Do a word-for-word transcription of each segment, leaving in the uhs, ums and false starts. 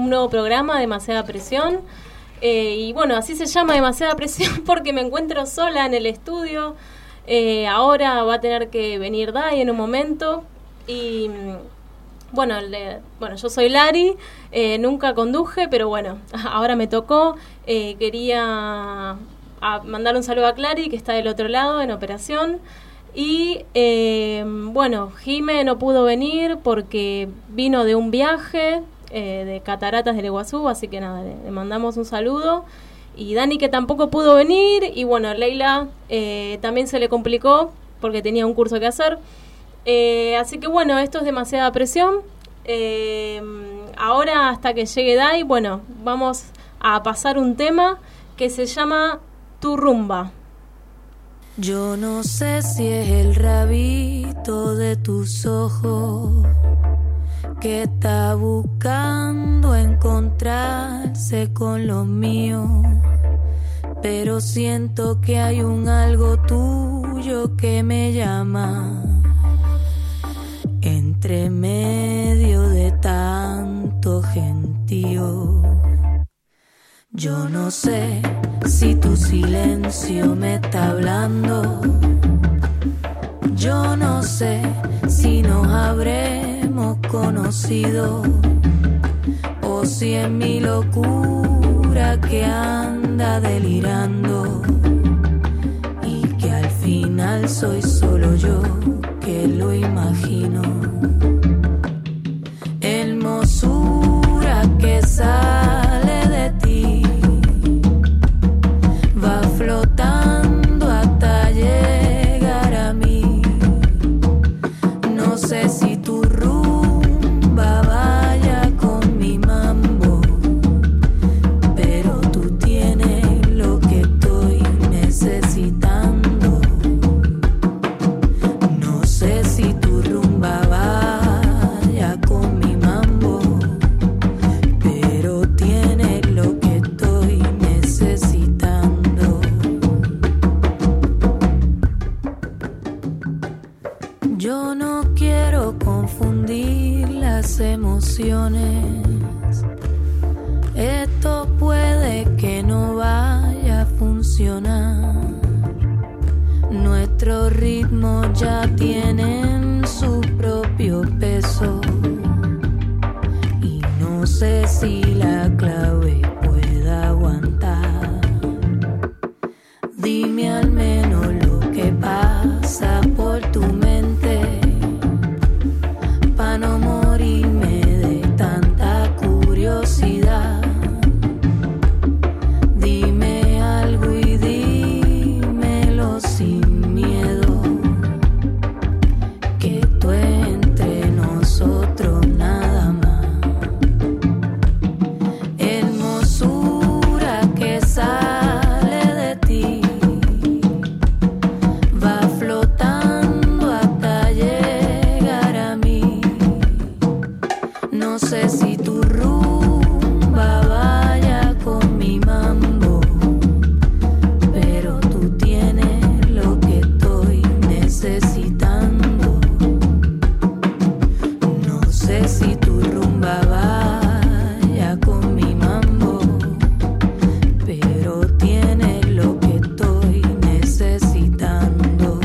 un nuevo programa, Demasiada Presión. Eh, y bueno, así se llama Demasiada Presión porque me encuentro sola en el estudio. Eh, ahora va a tener que venir Dai en un momento. Y bueno, le, bueno yo soy Lari, eh, nunca conduje, pero bueno, ahora me tocó. Eh, quería a mandar un saludo a Clary, que está del otro lado en operación. Y eh, bueno, Jime no pudo venir porque vino de un viaje eh, de Cataratas del Iguazú, así que nada, le, le mandamos un saludo. Y Dani, que tampoco pudo venir, y bueno, Leila eh, también se le complicó porque tenía un curso que hacer. Eh, así que bueno, esto es Demasiada Presión. Eh, ahora, hasta que llegue Dai, bueno, vamos a pasar un tema que se llama Tu Rumba. Yo no sé si es el rabito de tus ojos que está buscando encontrarse con los míos, pero siento que hay un algo tuyo que me llama entre medio de tanto gentío. Yo no sé si tu silencio me está hablando. Yo no sé si nos habremos conocido o si es mi locura que anda delirando y que al final soy solo yo que lo imagino. Hermosura que sale de ti, va flotando hasta llegar a mí. No sé si tu rumba vaya con mi mambo, pero tú tienes lo que estoy necesitando. No sé si tu rumba vaya con mi mambo, pero tienes lo que estoy necesitando. Yo no quiero confundir las emociones. Esto puede que no vaya a funcionar. Nuestros ritmos ya tienen su propio peso y no sé si la clave pueda aguantar. Dime al menos lo que pasa por tu mente pa' no morirme de tanta curiosidad. Dime algo y dímelo sin miedo, que esto es entre nosotros nada más. Hermosura que sale de ti, va flotando hasta llegar a mí. No sé si tu rumba vaya con mi mambo, pero tú tienes lo que estoy necesitando. No sé si tu rumba vaya con mi mambo, pero tienes lo que estoy necesitando.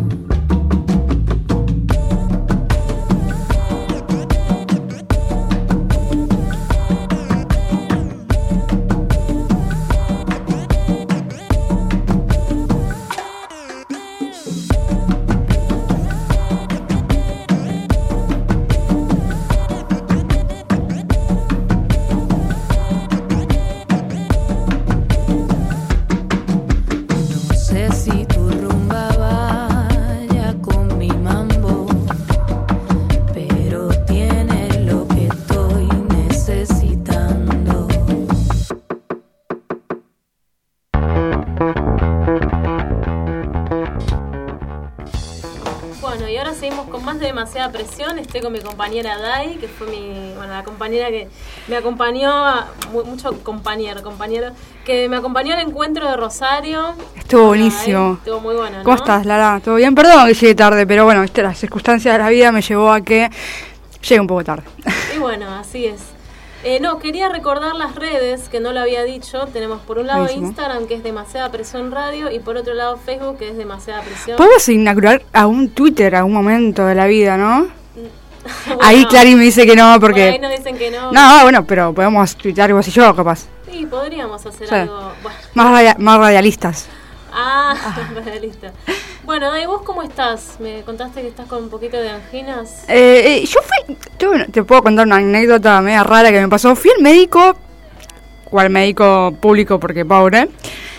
No sé si tu rumba vaya con mi mambo, pero tienes lo que estoy necesitando. Bueno, y ahora seguimos con más de Demasiada Presión. Estoy con mi compañera Dai, que fue mi, bueno, la compañera que me acompañó, a, mu- mucho compañero, compañero, que me acompañó al encuentro de Rosario. Estuvo buenísimo. Dai, estuvo muy bueno, ¿no? ¿Cómo estás, Lara? ¿Todo bien? Perdón que llegué tarde, pero bueno, viste, las circunstancias de la vida me llevó a que llegue un poco tarde. Y bueno, así es. Eh, no, quería recordar las redes, que no lo había dicho. Tenemos por un lado Buenísimo. Instagram, que es Demasiada Presión Radio, y por otro lado Facebook, que es Demasiada Presión. Podemos inaugurar a un Twitter a un momento de la vida, ¿no? Bueno, Ahí Clary me dice que no, porque... Por ahí nos dicen que no. No, bueno, pero podemos tuitear vos y yo, capaz. Sí, podríamos hacer Sí. algo... Bueno. Más, radia- más radialistas. Ah, realista. Bueno, Dai, ¿vos cómo estás? Me contaste que estás con un poquito de anginas. Eh, eh, yo fui... Yo, bueno, te puedo contar una anécdota media rara que me pasó. Fui al médico, cual médico público porque pobre,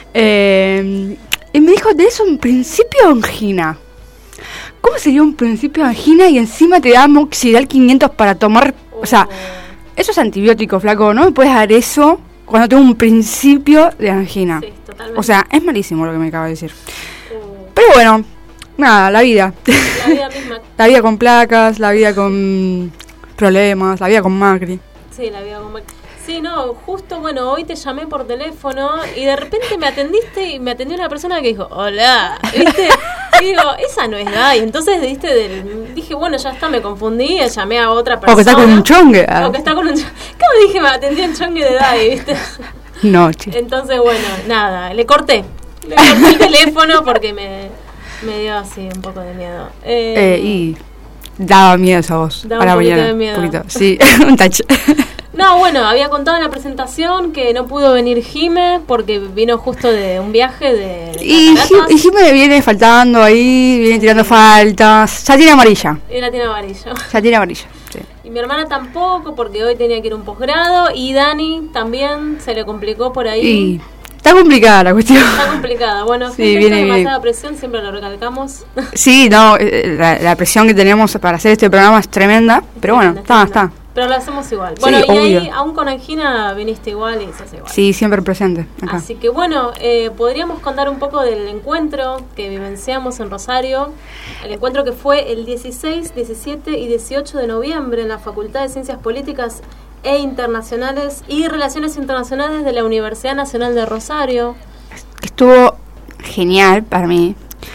eh, y me dijo, tenés un principio de angina. ¿Cómo sería un principio de angina y encima te da Moxidal quinientos para tomar? O sea, eso es antibiótico, flaco. No me puedes dar eso cuando tengo un principio de angina. Sí, totalmente. O sea, es malísimo lo que me acaba de decir. Uh, Pero bueno, nada, la vida. la vida misma. La vida con placas, la vida con problemas, la vida con Macri. Sí, la vida como... Sí, no, justo, bueno, hoy te llamé por teléfono y de repente me atendiste y me atendió una persona que dijo, hola, ¿viste? Y digo, esa no es Dai. Entonces, ¿viste? Del, dije, bueno, ya está, me confundí, llamé a otra persona. O que está con un chongue. O que está con un chongue. ¿Cómo dije? Me atendió un chongue de Dai, ¿viste? No, che. Entonces, bueno, nada, le corté. Le corté el teléfono porque me, me dio así un poco de miedo. Eh, Eh, y daba miedo esa voz. Daba a la un poquito mañana, de miedo. Un poquito, sí, un touch. No, bueno, había contado en la presentación que no pudo venir Jime porque vino justo de un viaje de, de Y, cataratas. Jim- y Jimmy viene faltando ahí, viene tirando faltas. Ya tiene amarilla. Y la tiene amarillo. Ya tiene amarilla. Sí. Y mi hermana tampoco porque hoy tenía que ir a un posgrado. Y Dani también se le complicó por ahí. Y está complicada la cuestión. Está complicada. Bueno, Sí, gente, viene, esto es viene. demasiada presión, siempre lo recalcamos. Sí, no, eh, la, la presión que tenemos para hacer este programa es tremenda. Pero bueno, Tremenda, está, tremenda. está. Pero lo hacemos igual. Sí, Bueno, y obvio. ahí, aún con angina, viniste igual y se hace igual. Sí, siempre presente. Acá. Así que bueno, eh, podríamos contar un poco del encuentro que vivenciamos en Rosario. El encuentro que fue el dieciséis, diecisiete y dieciocho de noviembre en la Facultad de Ciencias Políticas e Internacionales y Relaciones Internacionales de la Universidad Nacional de Rosario. Estuvo genial para mí.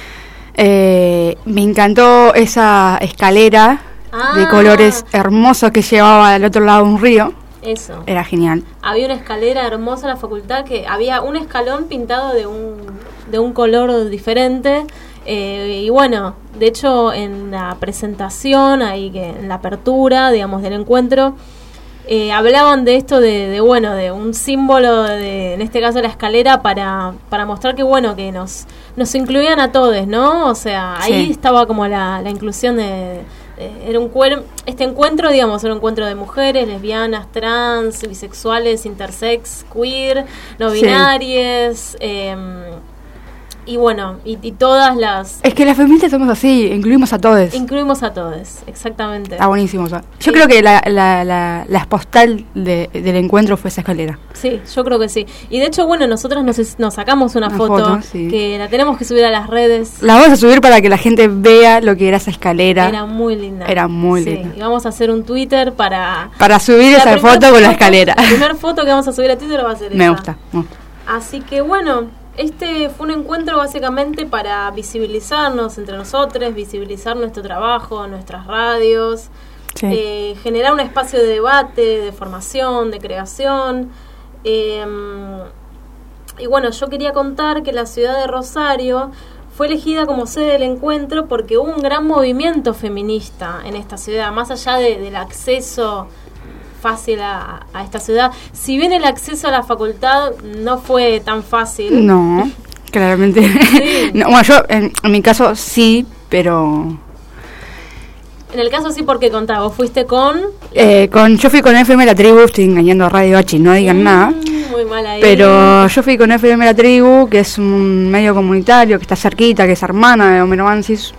Eh, me encantó esa escalera Ah. de colores hermosos que llevaba al otro lado de un río. Eso. Era genial. Había una escalera hermosa en la facultad que había un escalón pintado de un, de un color diferente. Eh, y bueno, de hecho en la presentación, ahí que en la apertura, digamos, del encuentro, eh, hablaban de esto de, de, bueno, de un símbolo, de, en este caso la escalera, para, para mostrar que, bueno, que nos, nos incluían a todos, ¿no? O sea, ahí Sí. estaba como la, la inclusión de... Eh, era un cuer- este encuentro, digamos, era un encuentro de mujeres, lesbianas, trans, bisexuales, intersex, queer, no Sí. binarias, eh, y bueno, y, y todas las... Es que las feministas somos así, incluimos a todos. Incluimos a todos, exactamente. Está buenísimo. O sea, Sí. yo creo que la, la, la, la postal de, del encuentro fue esa escalera. Sí, yo creo que sí. Y de hecho, bueno, nosotros nos, nos sacamos una, Una foto, foto, sí. que la tenemos que subir a las redes. La vamos a subir para que la gente vea lo que era esa escalera. Era muy linda. Era muy Sí, linda. y vamos a hacer un Twitter para... Para subir La esa primer foto con la escalera. La primera foto que vamos a subir a Twitter va a ser Me esa. gusta. me gusta. Así que bueno, este fue un encuentro básicamente para visibilizarnos entre nosotros, visibilizar nuestro trabajo, nuestras radios, Sí. eh, generar un espacio de debate, de formación, de creación. Eh, y bueno, yo quería contar que la ciudad de Rosario fue elegida como sede del encuentro porque hubo un gran movimiento feminista en esta ciudad, más allá de, del acceso fácil a, a esta ciudad. Si bien el acceso a la facultad no fue tan fácil. No, claramente. Sí. No, bueno, yo en, en mi caso sí, pero... En el caso sí, porque contá, vos fuiste con... Eh, con, yo fui con F M La Tribu, estoy engañando a Radio H, no digan Mm, nada. Muy mal ahí. Pero yo fui con F M La Tribu, que es un medio comunitario que está cerquita, que es hermana de Homero Mansis.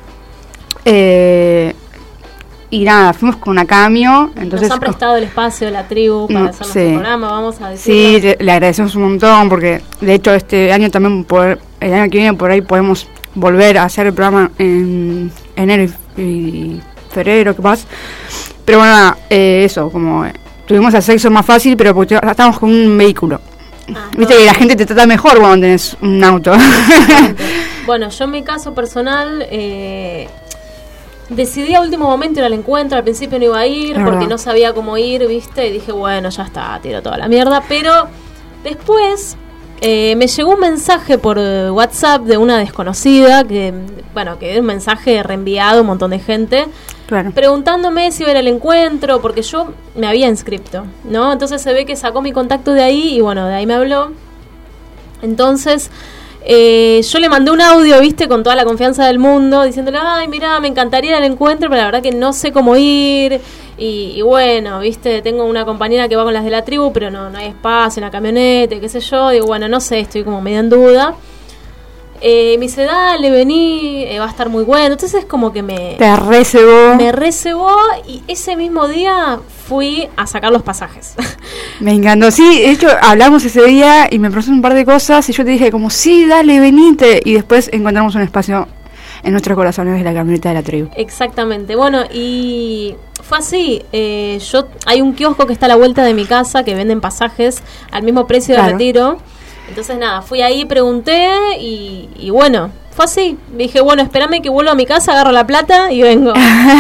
Eh, y nada, fuimos con una camio. Entonces, Nos han prestado el espacio de la tribu para No, hacer sí. nuestro programa, vamos a sí, decirlo. le, le agradecemos un montón, porque de hecho este año también, por, el año que viene por ahí podemos volver a hacer el programa en enero y, y febrero, capaz. Pero bueno, nada, eh, eso, como eh, tuvimos el sexo más fácil, pero porque estamos con un vehículo. Ah, Viste no. que la gente te trata mejor cuando tenés un auto. Bueno, yo en mi caso personal, eh, decidí a último momento ir al encuentro. Al principio no iba a ir Es porque verdad. no sabía cómo ir, ¿viste? Y dije, bueno, ya está, tiro toda la mierda. Pero después eh, me llegó un mensaje por eh, WhatsApp de una desconocida, que, bueno, que era un mensaje reenviado a un montón de gente, Claro. preguntándome si iba a ir al encuentro, porque yo me había inscrito, ¿no? Entonces se ve que sacó mi contacto de ahí y bueno, de ahí me habló. Entonces eh, yo le mandé un audio, viste, con toda la confianza del mundo, diciéndole, ay, mira, me encantaría ir al encuentro, pero la verdad que no sé cómo ir. Y, y bueno, viste, tengo una compañera que va con las de la tribu, pero no, no hay espacio en la camioneta, qué sé yo. Digo, bueno, no sé, estoy como medio en duda. Eh, me dice, dale, vení, eh, va a estar muy bueno. Entonces como que me... Te recebó. Me recebó y ese mismo día fui a sacar los pasajes. Me encantó. Sí, de hecho, hablamos ese día y me pasó un par de cosas y yo te dije como, sí, dale, venite. Y después encontramos un espacio en nuestros corazones de la camioneta de la tribu. Exactamente. Bueno, y fue así. Eh, yo hay un kiosco que está a la vuelta de mi casa que venden pasajes al mismo precio de Claro. retiro. Entonces nada, fui ahí, pregunté y, y bueno, fue así. Dije, bueno, espérame que vuelvo a mi casa, agarro la plata y vengo.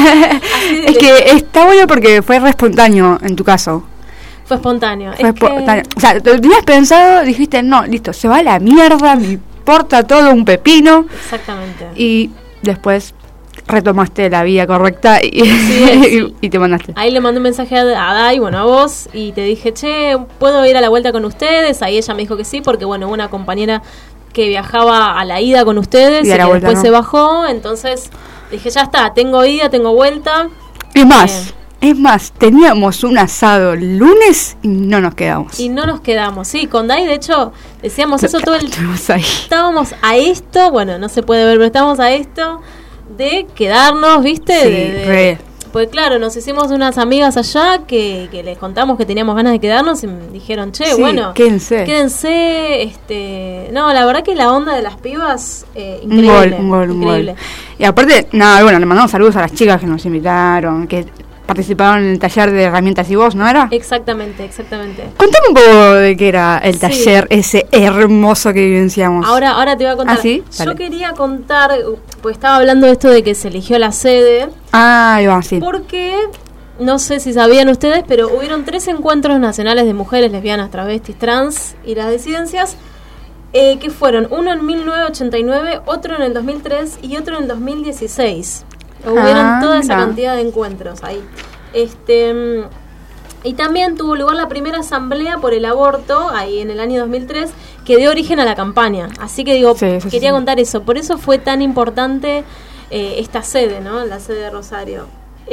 Así de- Es que está bueno porque fue re espontáneo en tu caso. Fue espontáneo. Fue Es que- espontáneo. O sea, te habías pensado, dijiste, no, listo, se va a la mierda, me importa todo un pepino. Exactamente. Y después retomaste la vía correcta y, es. y, y te mandaste. Ahí le mandé un mensaje a, a Dai, bueno, a vos, y te dije, che, ¿puedo ir a la vuelta con ustedes? Ahí ella me dijo que sí, porque bueno, hubo una compañera que viajaba a la ida con ustedes Y y, a la que vuelta después no. se bajó, entonces dije, ya está, tengo ida, tengo vuelta. Es más, es más, teníamos un asado el lunes y no nos quedamos. Y no nos quedamos, sí, con Dai, de hecho, decíamos eso todo el... Estuvimos ahí. Estábamos a esto, bueno, no se puede ver, pero estábamos a esto de quedarnos, ¿viste? Sí, de, de- re. Pues claro, nos hicimos unas amigas allá que, que les contamos que teníamos ganas de quedarnos y me dijeron, che, Sí, bueno, quédense. quédense, este, no, la verdad que la onda de las pibas, eh, Un increíble, gol, un gol, un increíble. gol. Y aparte, nada, bueno, le mandamos saludos a las chicas que nos invitaron, que participaron en el taller de herramientas y voz, ¿no era? Exactamente, exactamente. Contame un poco de qué era el Sí. taller ese hermoso que vivenciamos. Ahora, ahora te voy a contar. ¿Ah, sí? Yo Dale. quería contar, pues estaba hablando de esto de que se eligió la sede. Ah, ahí va, sí. Porque, no sé si sabían ustedes, pero hubieron tres encuentros nacionales de mujeres lesbianas, travestis, trans y las disidencias, eh, que fueron uno en mil novecientos ochenta y nueve, otro en el dos mil tres y otro en el dos mil dieciséis. Hubieron Ah, toda esa mira. cantidad de encuentros ahí. Este... mm, Y también tuvo lugar la primera asamblea por el aborto, ahí en el año dos mil tres, que dio origen a la campaña. Así que digo, Sí, sí, quería sí. contar eso. Por eso fue tan importante eh, esta sede, ¿no? La sede de Rosario.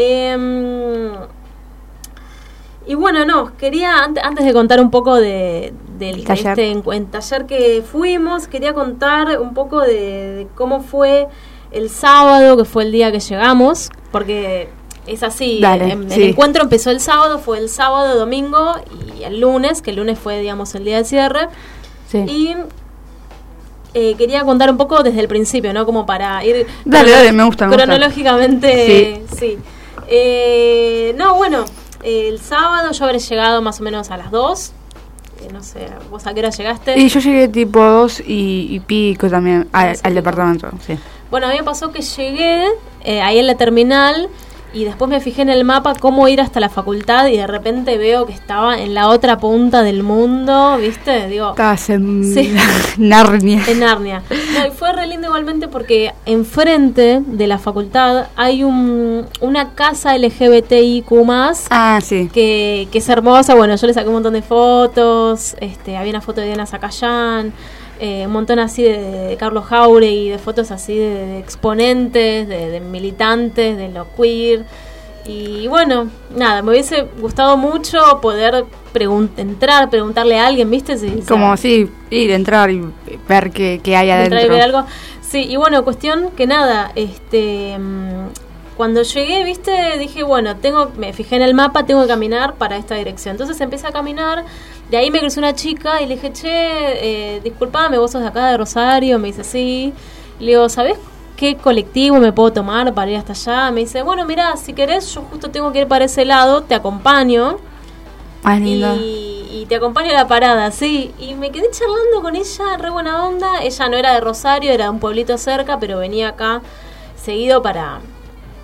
Eh, y bueno, no, quería, ante- antes de contar un poco de, del Taller. este encu- taller que fuimos, quería contar un poco de, de cómo fue el sábado, que fue el día que llegamos, porque... Es así, Dale, em, sí. el encuentro empezó el sábado, fue el sábado, domingo y el lunes, que el lunes fue, digamos, el día del cierre. Sí. Y eh, quería contar un poco desde el principio, ¿no? Como para ir... Dale, crono- dale, me gusta, me gusta. Cronológicamente, sí. Eh, no, bueno, el sábado yo habré llegado más o menos a las dos. Eh, no sé, ¿vos a qué hora llegaste? Y yo llegué tipo dos y, y pico también al, Sí. al departamento, sí. Bueno, a mí me pasó que llegué eh, ahí en la terminal y después me fijé en el mapa cómo ir hasta la facultad y de repente veo que estaba en la otra punta del mundo, ¿viste? Digo, Estabas en Sí. Narnia. en Narnia. No, y fue re lindo igualmente porque enfrente de la facultad hay un, una casa L G B T I Q más, Ah, sí. que, que es hermosa. Bueno, yo le saqué un montón de fotos, este, había una foto de Diana Zacayán, eh, un montón así de, de Carlos Jauregui, de fotos así de, de exponentes, de, de militantes, de lo queer. Y bueno, nada, me hubiese gustado mucho poder pregun- entrar, preguntarle a alguien, ¿viste? Si, si- Como sí, ir, entrar y ver qué, qué hay adentro. entrar y ver algo. Sí, y bueno, cuestión que nada, este mm, cuando llegué, viste, dije, bueno, tengo, me fijé en el mapa, tengo que caminar para esta dirección. Entonces empecé a caminar, de ahí me cruzó una chica y le dije, che, eh, disculpame, vos sos de acá de Rosario, me dice, sí. Le digo, ¿sabés qué colectivo me puedo tomar para ir hasta allá? Me dice, bueno, mirá, si querés, yo justo tengo que ir para ese lado, te acompaño. Ah, lindo. Y, y te acompaño a la parada, sí. Y me quedé charlando con ella, re buena onda. Ella no era de Rosario, era de un pueblito cerca, pero venía acá seguido para,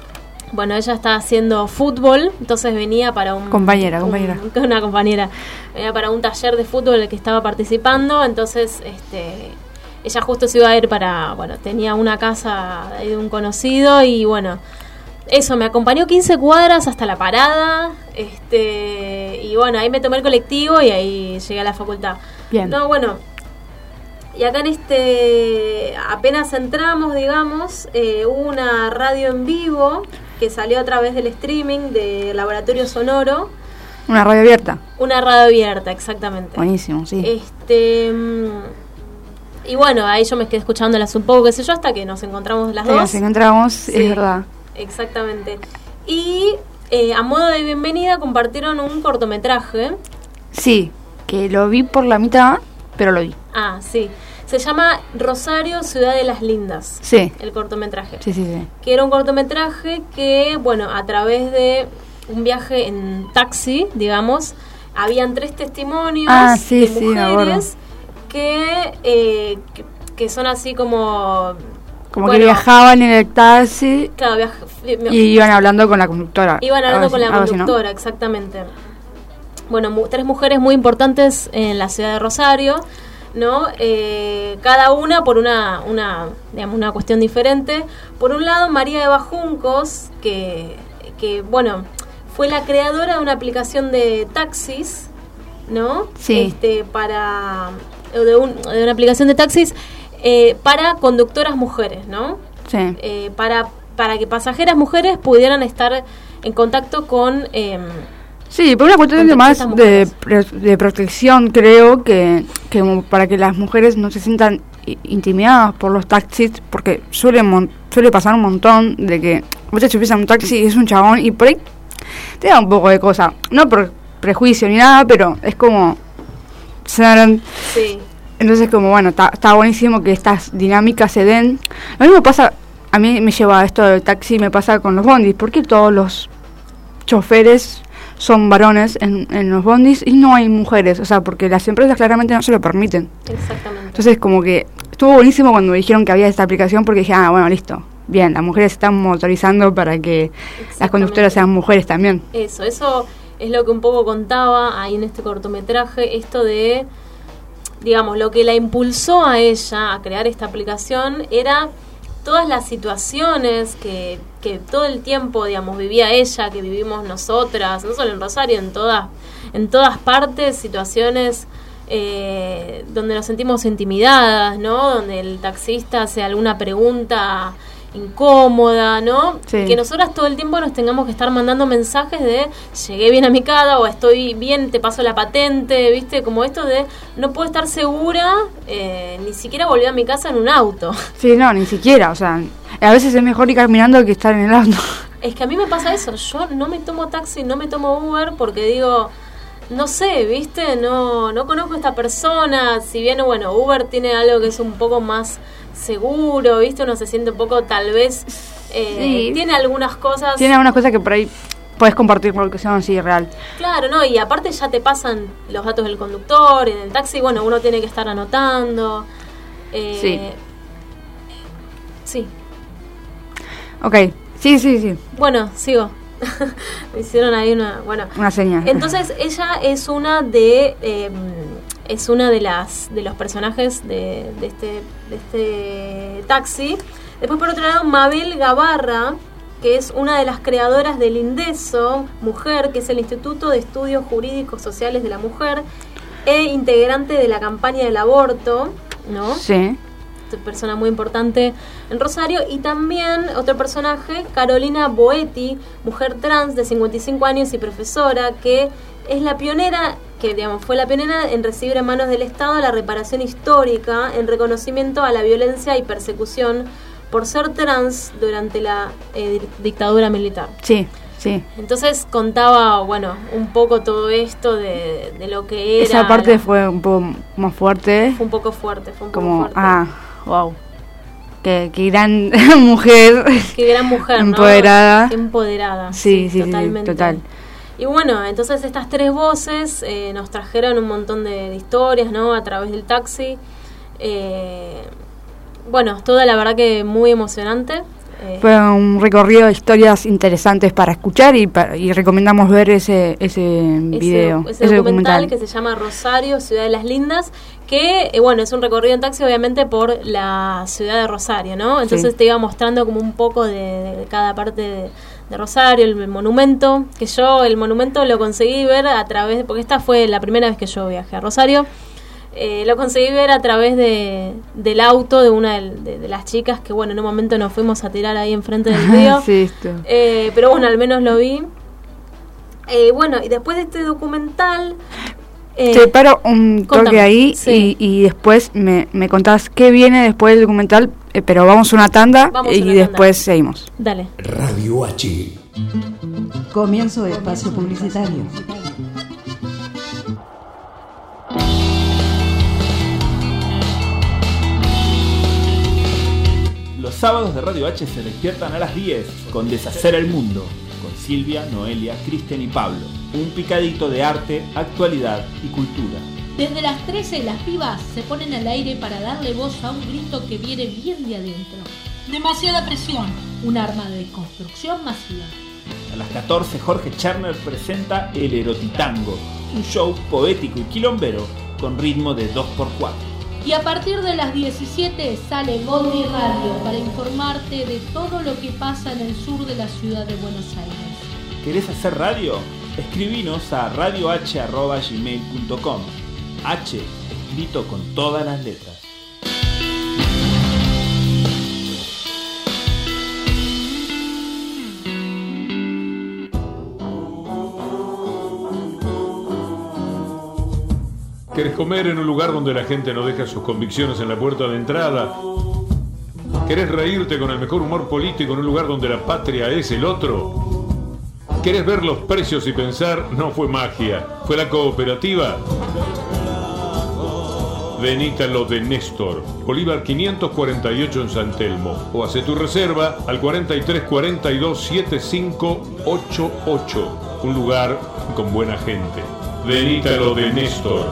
bueno, ella está haciendo fútbol, entonces venía para un... Compañera, un, compañera. Una compañera. Venía para un taller de fútbol en el que estaba participando, entonces este ella justo se iba a ir para... Bueno, tenía una casa de un conocido y bueno, eso, me acompañó quince cuadras hasta la parada, este y bueno, ahí me tomé el colectivo y ahí llegué a la facultad. Bien. No, bueno... Y acá en este, apenas entramos, digamos, eh, hubo una radio en vivo que salió a través del streaming del Laboratorio Sonoro. Una radio abierta. Una radio abierta, exactamente. Buenísimo, sí. Este y bueno, ahí yo me quedé escuchándolas un poco, qué sé yo, hasta que nos encontramos las Sí, dos. nos encontramos, Sí, es verdad. Exactamente. Y eh, a modo de bienvenida compartieron un cortometraje. Sí, que lo vi por la mitad, pero lo vi. Ah, sí. Se llama Rosario, Ciudad de las Lindas. Sí. El cortometraje. Sí, sí, sí. Que era un cortometraje que, bueno, a través de un viaje en taxi, digamos, habían tres testimonios Ah, sí, de sí, me acuerdo. mujeres que, eh, que, que son así como... Como bueno, que viajaban en el taxi Claro, viaj- y iban hablando con la conductora. Iban hablando Algo con así, la algo así, ¿no? conductora, exactamente. Bueno, mu- tres mujeres muy importantes en la ciudad de Rosario, ¿no? Eh, cada una por una, una, digamos, una cuestión diferente. Por un lado, María Eva Juncos, que, que, bueno, fue la creadora de una aplicación de taxis, ¿no? Sí. Este, para... De, un, de una aplicación de taxis eh, para conductoras mujeres, ¿no? Sí. Eh, para, para que pasajeras mujeres pudieran estar en contacto con... Eh, Sí, por una cuestión con de más estas de, mujeres. pre- de protección, creo que, que como para que las mujeres no se sientan i- intimidadas por los taxis, porque suele mon- suele pasar un montón de que vos te subís a un taxi y es un chabón y por ahí te da un poco de cosa, no por prejuicio ni nada, pero es como... saran. sí. Entonces como bueno, está está buenísimo que estas dinámicas se den. Lo mismo pasa, a mí me lleva esto del taxi, me pasa con los bondis, porque todos los choferes son varones en, en los bondis y no hay mujeres, o sea, porque las empresas claramente no se lo permiten. Exactamente. Entonces como que estuvo buenísimo cuando me dijeron que había esta aplicación porque dije, ah, bueno, listo, bien, las mujeres se están motorizando para que las conductoras sean mujeres también. Eso, eso es lo que un poco contaba ahí en este cortometraje, esto de, digamos, lo que la impulsó a ella a crear esta aplicación era todas las situaciones que, que todo el tiempo, digamos, vivía ella, que vivimos nosotras, no solo en Rosario, en todas, en todas partes, situaciones eh, donde nos sentimos intimidadas, ¿no? Donde el taxista hace alguna pregunta incómoda, ¿no? Sí. Que nosotras todo el tiempo nos tengamos que estar mandando mensajes de llegué bien a mi casa o estoy bien, te paso la patente, ¿viste? Como esto de no puedo estar segura, eh, ni siquiera volví a mi casa en un auto. Sí, no, ni siquiera, o sea, a veces es mejor ir caminando que estar en el auto. Es que a mí me pasa eso, yo no me tomo taxi, no me tomo Uber porque digo, no sé, ¿viste? No, no conozco a esta persona, si bien, bueno, Uber tiene algo que es un poco más seguro, ¿viste? Uno se siente un poco, tal vez, eh, Sí. tiene algunas cosas... Tiene algunas cosas que por ahí puedes compartir por lo que son así real. Claro, ¿no? Y aparte ya te pasan los datos del conductor, en el taxi, bueno, uno tiene que estar anotando. Eh, Sí. Sí. Ok, sí, sí, sí, Bueno, sigo. Me hicieron ahí una... Bueno, una señal. entonces ella es una de... Eh, es una de las de los personajes de, de este de este taxi. Después, por otro lado, Mabel Gabarra, que es una de las creadoras del INDESO Mujer, que es el Instituto de Estudios Jurídicos Sociales de la Mujer, e integrante de la campaña del aborto, ¿no? Sí. Persona muy importante en Rosario. Y también otro personaje, Carolina Boetti, mujer trans de cincuenta y cinco años y profesora, que es la pionera, que digamos fue la pionera en recibir en manos del Estado la reparación histórica en reconocimiento a la violencia y persecución por ser trans durante la eh, dictadura militar. Sí, sí. Entonces contaba, bueno, un poco todo esto de, de lo que era. Esa parte la- fue un poco más fuerte. fue un poco fuerte, fue un poco Como, fuerte. ah, wow. Qué, qué gran mujer. Qué gran mujer, ¿no? Empoderada. Qué empoderada. Sí, sí, sí, totalmente. total. Y bueno, entonces estas tres voces eh, nos trajeron un montón de, de historias, ¿no? A través del taxi. Eh, bueno, toda la verdad que muy emocionante. Eh, Fue un recorrido de historias interesantes para escuchar y, pa- y recomendamos ver ese ese video, ese, ese documental, que se llama Rosario, Ciudad de las Lindas, que eh, bueno, es un recorrido en taxi obviamente por la ciudad de Rosario, ¿no? Entonces Sí. te iba mostrando como un poco de, de cada parte de, de Rosario, el, el monumento, que yo el monumento lo conseguí ver a través, porque esta fue la primera vez que yo viajé a Rosario. Eh, lo conseguí ver a través de, del auto de una de, de, de las chicas que, bueno, en un momento nos fuimos a tirar ahí enfrente del río. Sí, esto. Eh, pero bueno, al menos lo vi. Eh, bueno, y después de este documental... eh, Te paro un toque contame. ahí Sí. y, y después me, me contás qué viene después del documental, eh, pero vamos a una tanda Vamos a y una después tanda. seguimos. Dale. Radio H. Comienzo de espacio publicitario. Los sábados de Radio H se despiertan a las diez con Deshacer el Mundo, con Silvia, Noelia, Cristian y Pablo. Un picadito de arte, actualidad y cultura. Desde las trece las pibas se ponen al aire para darle voz a un grito que viene bien de adentro. Demasiada presión, un arma de construcción masiva. A las catorce Jorge Cherner presenta El Erotitango, un show poético y quilombero con ritmo de dos por cuatro. Y a partir de las diecisiete sale Goldie Radio para informarte de todo lo que pasa en el sur de la ciudad de Buenos Aires. ¿Querés hacer radio? Escribinos a radio h arroba gmail punto com. H escrito con todas las letras. ¿Querés comer en un lugar donde la gente no deja sus convicciones en la puerta de entrada? ¿Querés reírte con el mejor humor político en un lugar donde la patria es el otro? ¿Querés ver los precios y pensar, no fue magia, fue la cooperativa? Venite a lo de Néstor, Bolívar quinientos cuarenta y ocho en San Telmo, o hace tu reserva al cuarenta y tres cuarenta y dos setenta y cinco ochenta y ocho, un lugar con buena gente. Venite a lo de Néstor.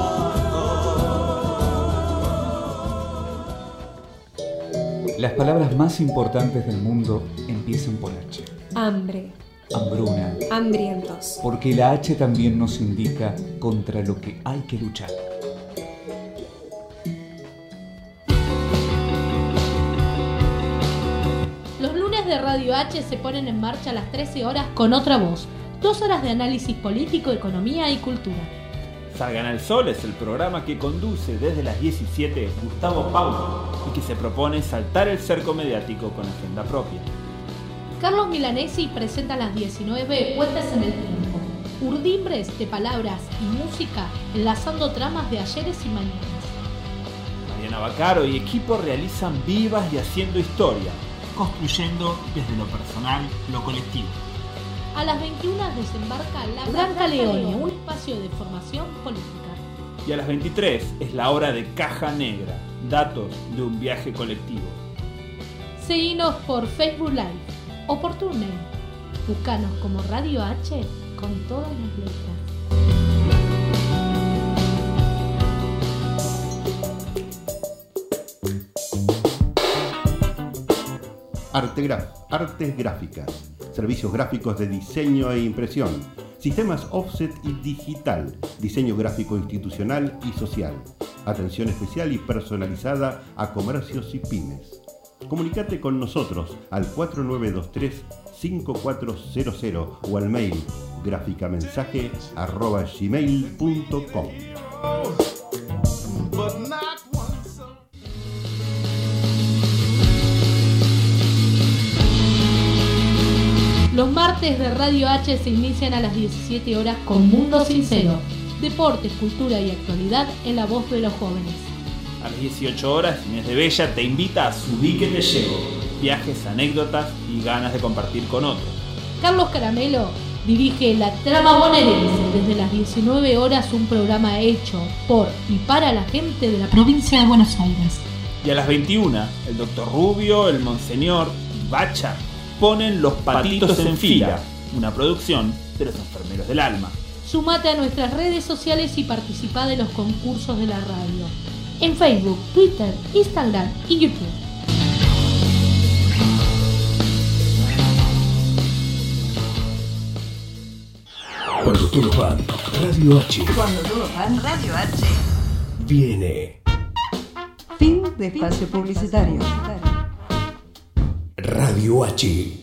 Las palabras más importantes del mundo empiezan por H. Hambre, Hambruna. hambrientos. Porque la H también nos indica contra lo que hay que luchar. Los lunes de Radio H se ponen en marcha a las trece horas con Otra Voz. Dos horas de análisis político, economía y cultura. Salgan al Sol es el programa que conduce desde las diecisiete Gustavo Paulo y que se propone saltar el cerco mediático con agenda propia. Carlos Milanesi presenta a las diecinueve Puentes en el Tiempo. Urdimbres de palabras y música enlazando tramas de ayeres y mañanas. Mariana Bacaro y equipo realizan Vivas y Haciendo Historia, construyendo desde lo personal lo colectivo. A las veintiuna desembarca La Blanca Leonia, un espacio de formación política. Y a las veintitrés es la hora de Caja Negra, datos de un viaje colectivo. Seguinos por Facebook Live o por TuneIn. Búscanos como Radio H con todas las letras. Artegraf, artes gráficas, servicios gráficos de diseño e impresión, sistemas offset y digital, diseño gráfico institucional y social, atención especial y personalizada a comercios y pymes. Comunicate con nosotros al cuatro nueve dos tres cinco cuatro cero cero o al mail gráficamensaje arroba gmail punto com. Los martes de Radio H se inician a las diecisiete horas con Mundo Sincero, deportes, cultura y actualidad en la voz de los jóvenes. A las dieciocho horas, Inés de Bella te invita a Subí que te llevo, viajes, anécdotas y ganas de compartir con otros. Carlos Caramelo dirige La Trama Bonaerense desde las diecinueve horas, un programa hecho por y para la gente de la provincia de Buenos Aires. Y a las veintiuna, el doctor Rubio, el Monseñor y Bacha ponen Los Patitos en Fila, una producción de los enfermeros del alma. Sumate a nuestras redes sociales y participa de los concursos de la radio. En Facebook, Twitter, Instagram y YouTube. Cuando todos van, Radio H. Cuando todos van, Radio H. Viene. Fin de espacio publicitario. Radio H.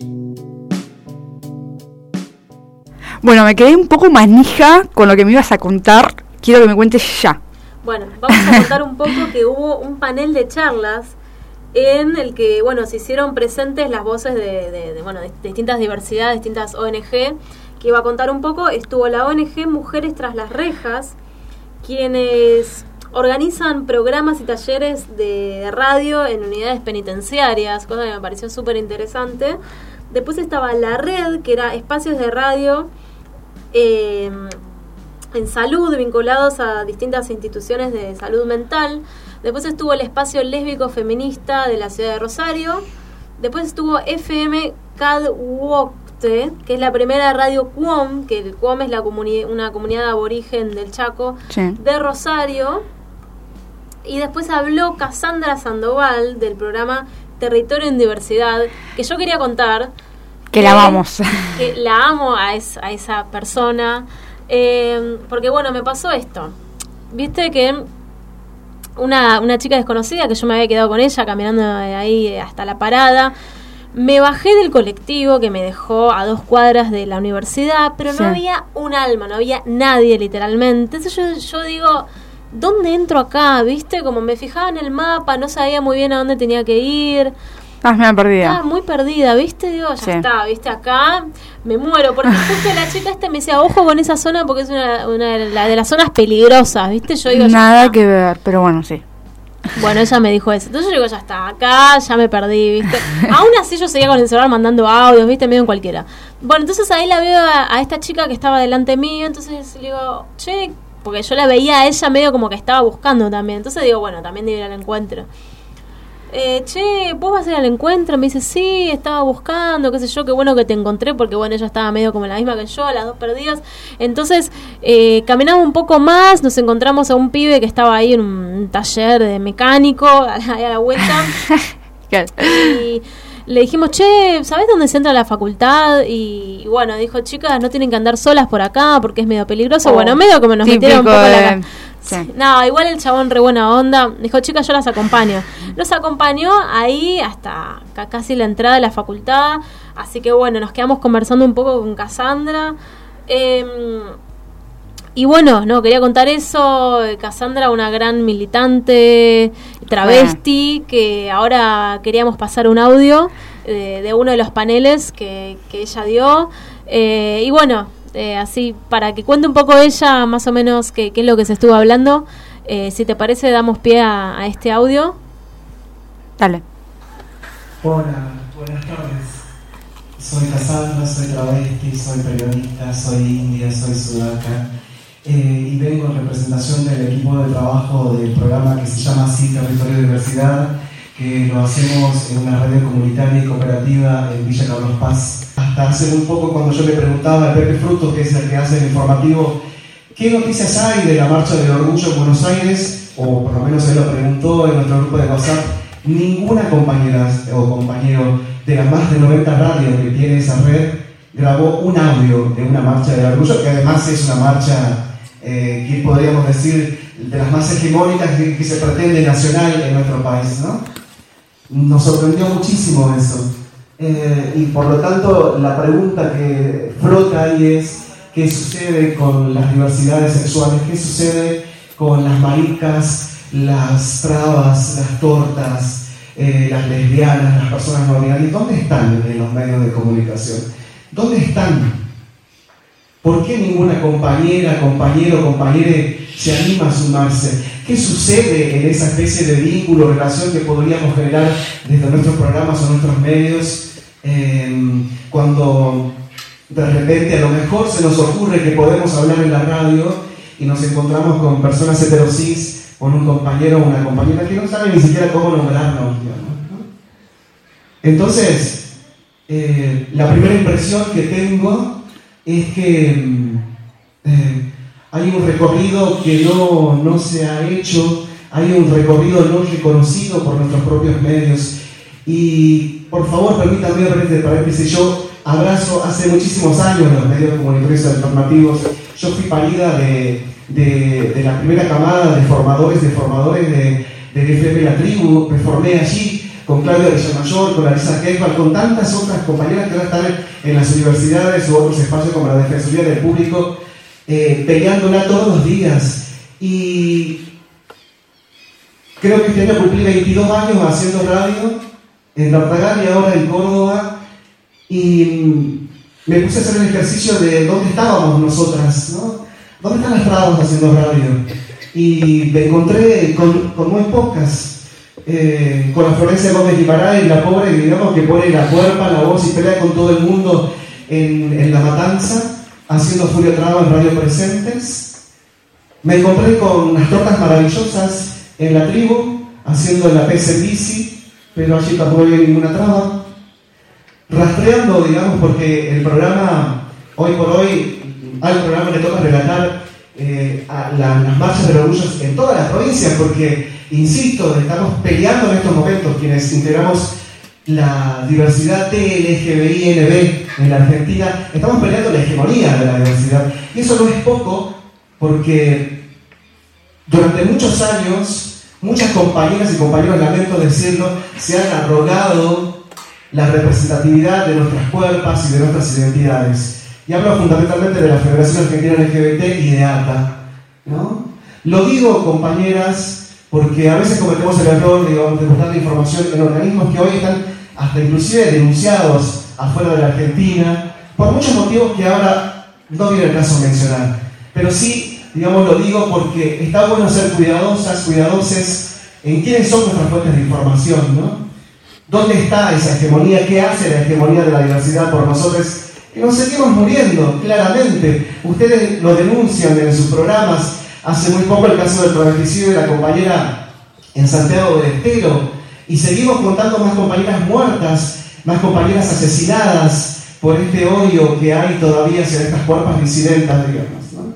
Bueno, me quedé un poco manija con lo que me ibas a contar. Quiero que me cuentes ya. Bueno, vamos a contar un poco que hubo un panel de charlas en el que, bueno, se hicieron presentes las voces de, de, de bueno, de distintas diversidades, distintas O N G, que iba a contar un poco. Estuvo la O N G Mujeres Tras las Rejas, quienes organizan programas y talleres de radio en unidades penitenciarias, cosa que me pareció súper interesante. Después estaba la red, que era espacios de radio eh, en salud, vinculados a distintas instituciones de salud mental. Después estuvo el espacio lésbico feminista de la ciudad de Rosario. Después estuvo F M Cadwocte, que es la primera radio Cuom, que el Cuom es la comuni- una comunidad aborigen del Chaco, sí, de Rosario. Y después habló Cassandra Sandoval del programa Territorio en Diversidad, que yo quería contar. Que, que la amamos. Que la amo a, es, a esa persona. Eh, porque bueno, me pasó esto. Viste que una, una chica desconocida, que yo me había quedado con ella caminando ahí hasta la parada, me bajé del colectivo que me dejó a dos cuadras de la universidad, pero no sí. había un alma, no había nadie literalmente. Entonces yo, yo digo, ¿dónde entro acá? ¿Viste? Como me fijaba en el mapa, no sabía muy bien a dónde tenía que ir. Ah, me perdida. Estaba muy perdida, ¿viste? Digo, ya sí. está, ¿viste? Acá me muero. Porque justo la chica esta me decía, ojo con esa zona porque es una, una de, la de las zonas peligrosas, ¿viste? Yo digo, nada que ver, pero bueno, sí. Bueno, ella me dijo eso. Entonces yo digo, ya está, acá ya me perdí, ¿viste? Aún así yo seguía con el celular mandando audios, ¿viste? Medio en cualquiera. Bueno, entonces ahí la veo a, a esta chica que estaba delante mío. Entonces le digo, che, porque yo la veía a ella medio como que estaba buscando también. Entonces digo, bueno, también debe ir al encuentro. Eh, che, ¿vos vas a ir al encuentro? Me dice, sí, estaba buscando, qué sé yo, qué bueno que te encontré, porque bueno, ella estaba medio como la misma que yo, las dos perdidas. Entonces, eh, caminamos un poco más, nos encontramos a un pibe que estaba ahí en un taller de mecánico, ahí a la vuelta. Y le dijimos, che, ¿sabés dónde se entra a la facultad? Y, y bueno, dijo, chicas, no tienen que andar solas por acá porque es medio peligroso. Oh, bueno, medio como nos metieron un poco de... la... Sí. No, igual el chabón re buena onda. Dijo, chicas, yo las acompaño. Nos acompañó ahí hasta casi la entrada de la facultad. Así que bueno, nos quedamos conversando un poco con Cassandra. Eh, y bueno, no, quería contar eso. Cassandra, una gran militante travesti, ah. que ahora queríamos pasar un audio de, de uno de los paneles que, que ella dio. Eh, y bueno, Eh, así para que cuente un poco ella más o menos qué, qué es lo que se estuvo hablando. Eh, si te parece, damos pie a, a este audio. Dale. Hola, buenas tardes. Soy Cassandra, soy travesti, soy periodista, soy india, soy sudaca, eh, y vengo en representación del equipo de trabajo del programa que se llama así Territorio de Diversidad, que lo hacemos en una radio comunitaria y cooperativa en Villa Carlos Paz. Hasta hace muy poco, cuando yo le preguntaba a Pepe Frutos, que es el que hace el informativo, ¿qué noticias hay de la Marcha del Orgullo en Buenos Aires? O por lo menos él lo preguntó en nuestro grupo de WhatsApp. Ninguna compañera o compañero de las más de noventa radios que tiene esa red grabó un audio de una Marcha del Orgullo, que además es una marcha, eh, que podríamos decir, de las más hegemónicas que, que se pretende nacional en nuestro país, ¿no? Nos sorprendió muchísimo eso. Eh, y por lo tanto, la pregunta que flota ahí es: ¿qué sucede con las diversidades sexuales? ¿Qué sucede con las maricas, las trabas, las tortas, eh, las lesbianas, las personas no binarias? ¿Dónde están en los medios de comunicación? ¿Dónde están? ¿Por qué ninguna compañera, compañero, compañere se anima a sumarse? ¿Qué sucede en esa especie de vínculo, relación que podríamos generar desde nuestros programas o nuestros medios eh, cuando de repente a lo mejor se nos ocurre que podemos hablar en la radio y nos encontramos con personas heterosis, con un compañero o una compañera que no sabe ni siquiera cómo nombrarnos, digamos, ¿no? Entonces, eh, la primera impresión que tengo es que eh, hay un recorrido que no, no se ha hecho, hay un recorrido no reconocido por nuestros propios medios. Y por favor, permítanme abrir de paréntesis, yo abrazo hace muchísimos años los medios comunitarios alternativos, Yo fui parida de, de, de la primera camada de formadores, de formadores de, de F M La Tribu. Me formé allí con Claudia Villamayor, con Larisa Kekval, con tantas otras compañeras que ahora están en, en las universidades u otros espacios como la Defensoría del Público, eh, peleándola todos los días. Y creo que este año cumplí veintidós años haciendo radio en Tartagal y ahora en Córdoba, y me puse a hacer el ejercicio de dónde estábamos nosotras, ¿no? ¿Dónde están las trabas haciendo radio? Y me encontré con, con muy pocas, eh, con la Florencia Gómez Guimarães, la pobre, digamos, que pone la cuerpa, la voz y pelea con todo el mundo en, en La Matanza, haciendo Furia Traba en Radio Presentes. Me encontré con las tortas maravillosas en La Tribu, haciendo la P S en bici, pero allí tampoco había ninguna traba. Rastreando, digamos, porque el programa, hoy por hoy, al programa le toca relatar eh, a la, las marchas del orgullo en todas las provincias, porque, insisto, estamos peleando en estos momentos quienes integramos la diversidad T L G B I N B en la Argentina, estamos peleando la hegemonía de la diversidad. Y eso no es poco, porque durante muchos años, muchas compañeras y compañeros, lamento decirlo, se han arrogado la representatividad de nuestras cuerpas y de nuestras identidades. Y hablo fundamentalmente de la Federación Argentina L G B T y de A T A, ¿no? Lo digo, compañeras, porque a veces cometemos el error, digamos, de buscar la información en organismos que hoy están hasta inclusive denunciados afuera de la Argentina, por muchos motivos que ahora no viene el caso mencionar. Pero sí, digamos, lo digo porque está bueno ser cuidadosas, cuidadoses en quiénes son nuestras fuentes de información, ¿no? ¿Dónde está esa hegemonía? ¿Qué hace la hegemonía de la diversidad por nosotros? Que nos seguimos muriendo, claramente. Ustedes lo denuncian en sus programas. Hace muy poco el caso del travesticidio de la compañera en Santiago del Estero. Y seguimos contando más compañeras muertas, más compañeras asesinadas por este odio que hay todavía hacia estas cuerpas disidentas, digamos, ¿no?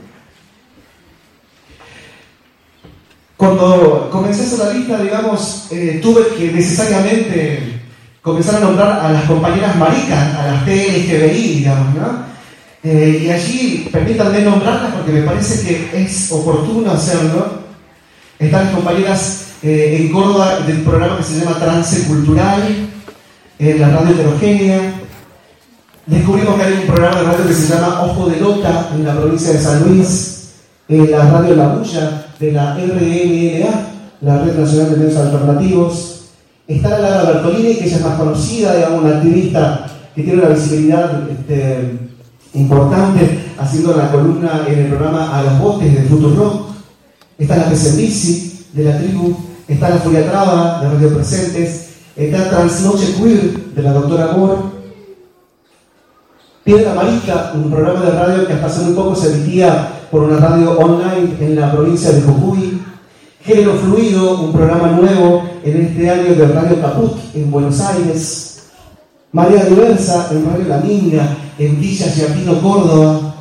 Cuando comencé a hacer la lista, digamos, eh, tuve que necesariamente comenzar a nombrar a las compañeras maricas, a las T L G B I, digamos, ¿no? Eh, y allí, permítanme nombrarlas porque me parece que es oportuno hacerlo. Están las compañeras eh, en Córdoba del programa que se llama Trance Cultural, en la radio heterogénea. Descubrimos que hay un programa de radio que se llama Ojo de Lota en la provincia de San Luis, en la radio La Bulla de la R N N A, la Red Nacional de Medios Alternativos. Está la Lara Bertolini, que ella es más conocida, digamos, una activista que tiene una visibilidad este, importante, haciendo la columna en el programa A los Botes de Futurock. Está la P S en bici de La Tribu, está la Furia Traba de Radio Presentes, está Transnoche Queer de la Doctora Amor, Piedra Marica, un programa de radio que hasta hace muy poco se emitía por una radio online en la provincia de Jujuy. Género Fluido, un programa nuevo en este año de Radio Caput en Buenos Aires. María Diversa en Radio La Minga en Villa Giardino, Córdoba.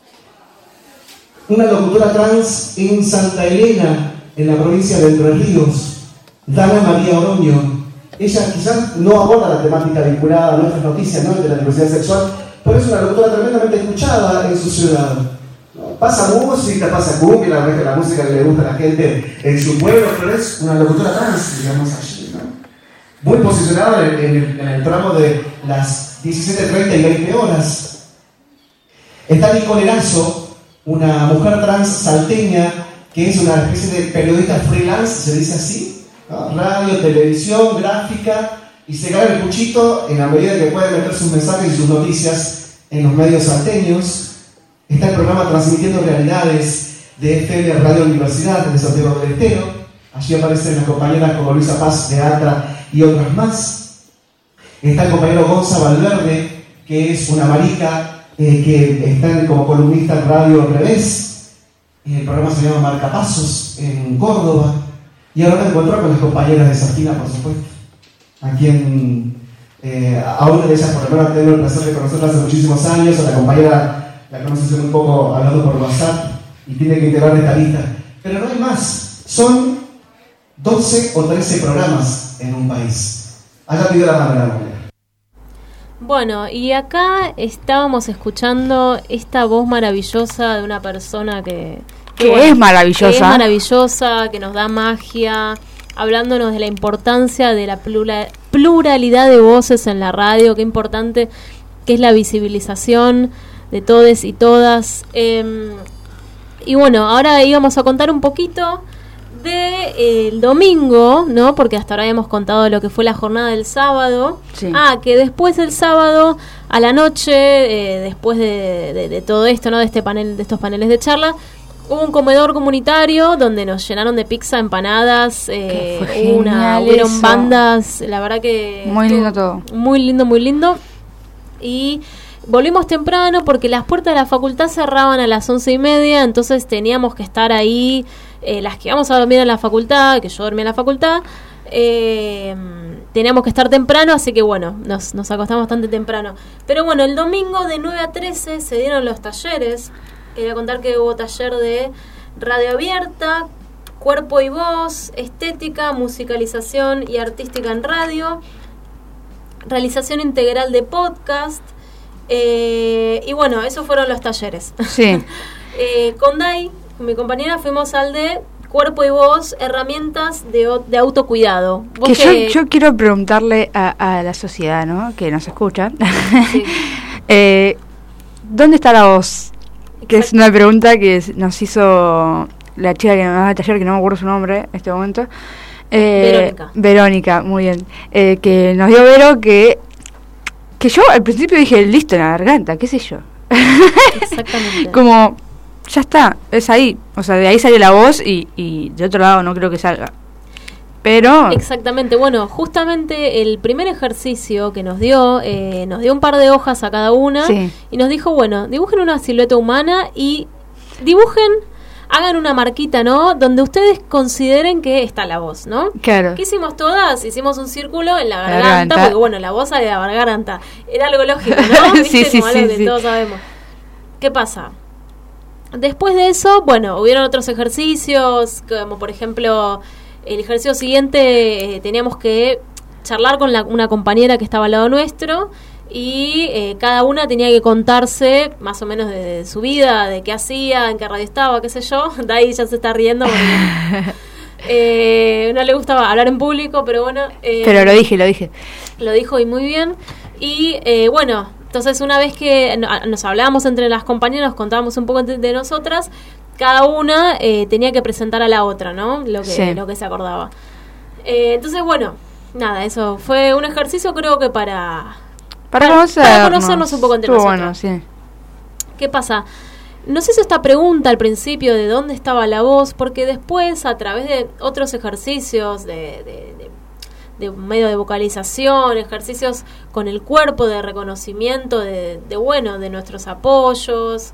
Una locutora trans en Santa Elena en la provincia de Entre Ríos, Dana María Oroño. Ella quizás no aborda la temática vinculada a nuestras noticias, ¿no?, de la diversidad sexual, pero es una locutora tremendamente escuchada en su ciudad. Pasa música, pasa cumbia, la, la música que le gusta a la gente en su pueblo, pero es una locutora trans, digamos, allí, ¿no? Muy posicionada en, en, el, en el tramo de las diecisiete treinta y veinte horas. Está Nicole Lazo, una mujer trans salteña, que es una especie de periodista freelance, se dice así, ¿no? Radio, televisión, gráfica, y se gana el cuchito en la medida que puede meter sus mensajes y sus noticias en los medios salteños. Está el programa Transmitiendo Realidades de F M Radio Universidad de Santiago del Estero. Allí aparecen las compañeras como Luisa Paz de ATRA y otras más. Está el compañero Gonza Valverde, que es una marica eh, que está como columnista en Radio Al Revés. El programa se llama Marcapasos en Córdoba. Y ahora me encuentro con las compañeras de Safina, por supuesto. A quien, eh, a una de ellas por lo menos tengo el placer de conocerla hace muchísimos años, a la compañera la conoces un poco hablando por WhatsApp y tiene que integrar esta lista. Pero no hay más, son doce o trece programas en un país. Allá pidió la mano, la mujer. Bueno, y acá estábamos escuchando esta voz maravillosa de una persona que... Que bueno, es maravillosa. Que es maravillosa, que nos da magia, hablándonos de la importancia de la plura- pluralidad de voces en la radio, qué importante que es la visibilización de todes y todas. Eh, y bueno, ahora íbamos a contar un poquito de eh, el domingo, ¿no? Porque hasta ahora habíamos contado lo que fue la jornada del sábado. Sí. Ah, que después del sábado a la noche, eh, después de, de, de todo esto, ¿no? De este panel, de estos paneles de charla, hubo un comedor comunitario donde nos llenaron de pizza, empanadas, eh, fue una, genial hubieron eso. bandas, la verdad que Muy estuvo lindo todo. Muy lindo, muy lindo. Y volvimos temprano porque las puertas de la facultad cerraban a las once y media, entonces teníamos que estar ahí, eh, las que íbamos a dormir en la facultad, que yo dormía en la facultad, eh, teníamos que estar temprano, así que bueno, nos, nos acostamos bastante temprano. Pero bueno, el domingo de nueve a trece se dieron los talleres. Quería contar que hubo taller de radio abierta, cuerpo y voz, estética, musicalización y artística en radio, realización integral de podcast, eh, y bueno, esos fueron los talleres. Sí. eh, con Dai, con mi compañera, fuimos al de cuerpo y voz, herramientas de, o- de autocuidado. Vos Que que- yo, yo quiero preguntarle a, a la sociedad, ¿no? Que nos escucha. eh, ¿Dónde está la voz? Que es una pregunta que es- nos hizo la chica que nos da el taller, que no me acuerdo su nombre en este momento. Eh, Verónica. Verónica, muy bien. Eh, que nos dio Vero que que yo al principio dije, listo, en la garganta, qué sé yo. Exactamente. Como, ya está, es ahí. O sea, de ahí sale la voz y, y de otro lado no creo que salga. Pero... Exactamente, bueno, justamente el primer ejercicio que nos dio, eh, nos dio un par de hojas a cada una, Sí. y nos dijo, bueno, dibujen una silueta humana y dibujen, hagan una marquita, ¿no? Donde ustedes consideren que está la voz, ¿no? Claro. ¿Qué hicimos todas? Hicimos un círculo en la garganta, Garganta. porque bueno, la voz sale de la garganta. Era algo lógico, ¿no? ¿Viste? Sí, sí, Como algo sí, que sí. todos sabemos. ¿Qué pasa? Después de eso, bueno, hubieron otros ejercicios, como por ejemplo, el ejercicio siguiente, eh, teníamos que charlar con la- una compañera que estaba al lado nuestro, y eh, cada una tenía que contarse más o menos de, de su vida, de qué hacía, en qué radio estaba, qué sé yo. De ahí ya se está riendo porque eh, no le gustaba hablar en público, pero bueno. eh, Pero lo dije, lo dije. Lo dijo y muy bien. Y eh, bueno, entonces una vez que no- a- nos hablábamos entre las compañeras, nos contábamos un poco de, de nosotras, cada una eh, tenía que presentar a la otra, ¿no? Lo que, Sí. lo que se acordaba. Eh, entonces, bueno, nada, eso fue un ejercicio creo que para... Para, para- conocernos. para conocernos un poco entre Estuvo nosotros. bueno, sí. ¿Qué pasa? Nos hizo esta pregunta al principio de dónde estaba la voz, porque después, a través de otros ejercicios de, de, de, de medio de vocalización, ejercicios con el cuerpo de reconocimiento de, de bueno, de nuestros apoyos,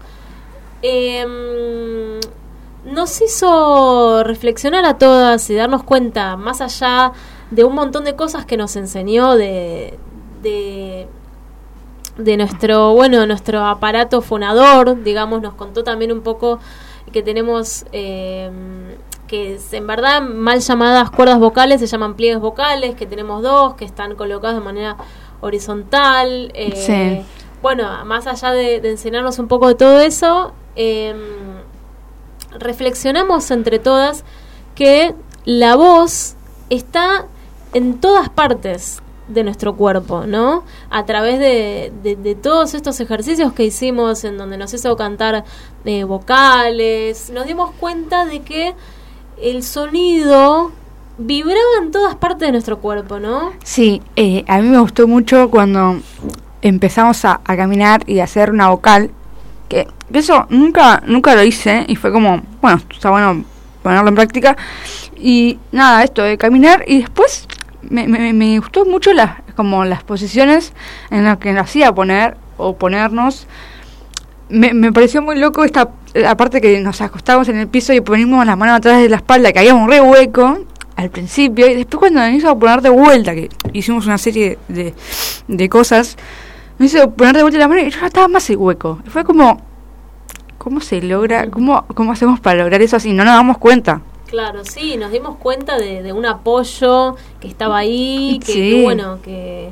eh, nos hizo reflexionar a todas y darnos cuenta, más allá de un montón de cosas que nos enseñó de... de de nuestro, bueno, nuestro aparato fonador, digamos, nos contó también un poco que tenemos, eh, que es, en verdad mal llamadas cuerdas vocales, se llaman pliegues vocales, que tenemos dos, que están colocados de manera horizontal. Eh, Sí. Bueno, más allá de, de enseñarnos un poco de todo eso, eh, reflexionamos entre todas que la voz está en todas partes de nuestro cuerpo, ¿no? A través de, de, de todos estos ejercicios que hicimos, en donde nos hizo cantar eh, vocales, nos dimos cuenta de que el sonido vibraba en todas partes de nuestro cuerpo, ¿no? Sí, eh, a mí me gustó mucho cuando empezamos a, a caminar y a hacer una vocal, que eso nunca nunca lo hice y fue como, bueno, está bueno ponerlo en práctica. Y nada, esto de caminar, y después me, me, me gustó mucho las como las posiciones en las que nos hacía poner o ponernos. Me, me pareció muy loco esta aparte que nos acostábamos en el piso y poníamos las manos atrás de la espalda, que había un re hueco al principio, y después cuando nos hizo poner de vuelta, que hicimos una serie de, de cosas, nos hizo poner de vuelta la mano y yo no estaba más el hueco. Fue como, ¿cómo se logra? ¿Cómo, cómo hacemos para lograr eso así? No nos damos cuenta. Claro, sí, nos dimos cuenta de, de un apoyo que estaba ahí, que, Sí. que bueno, que,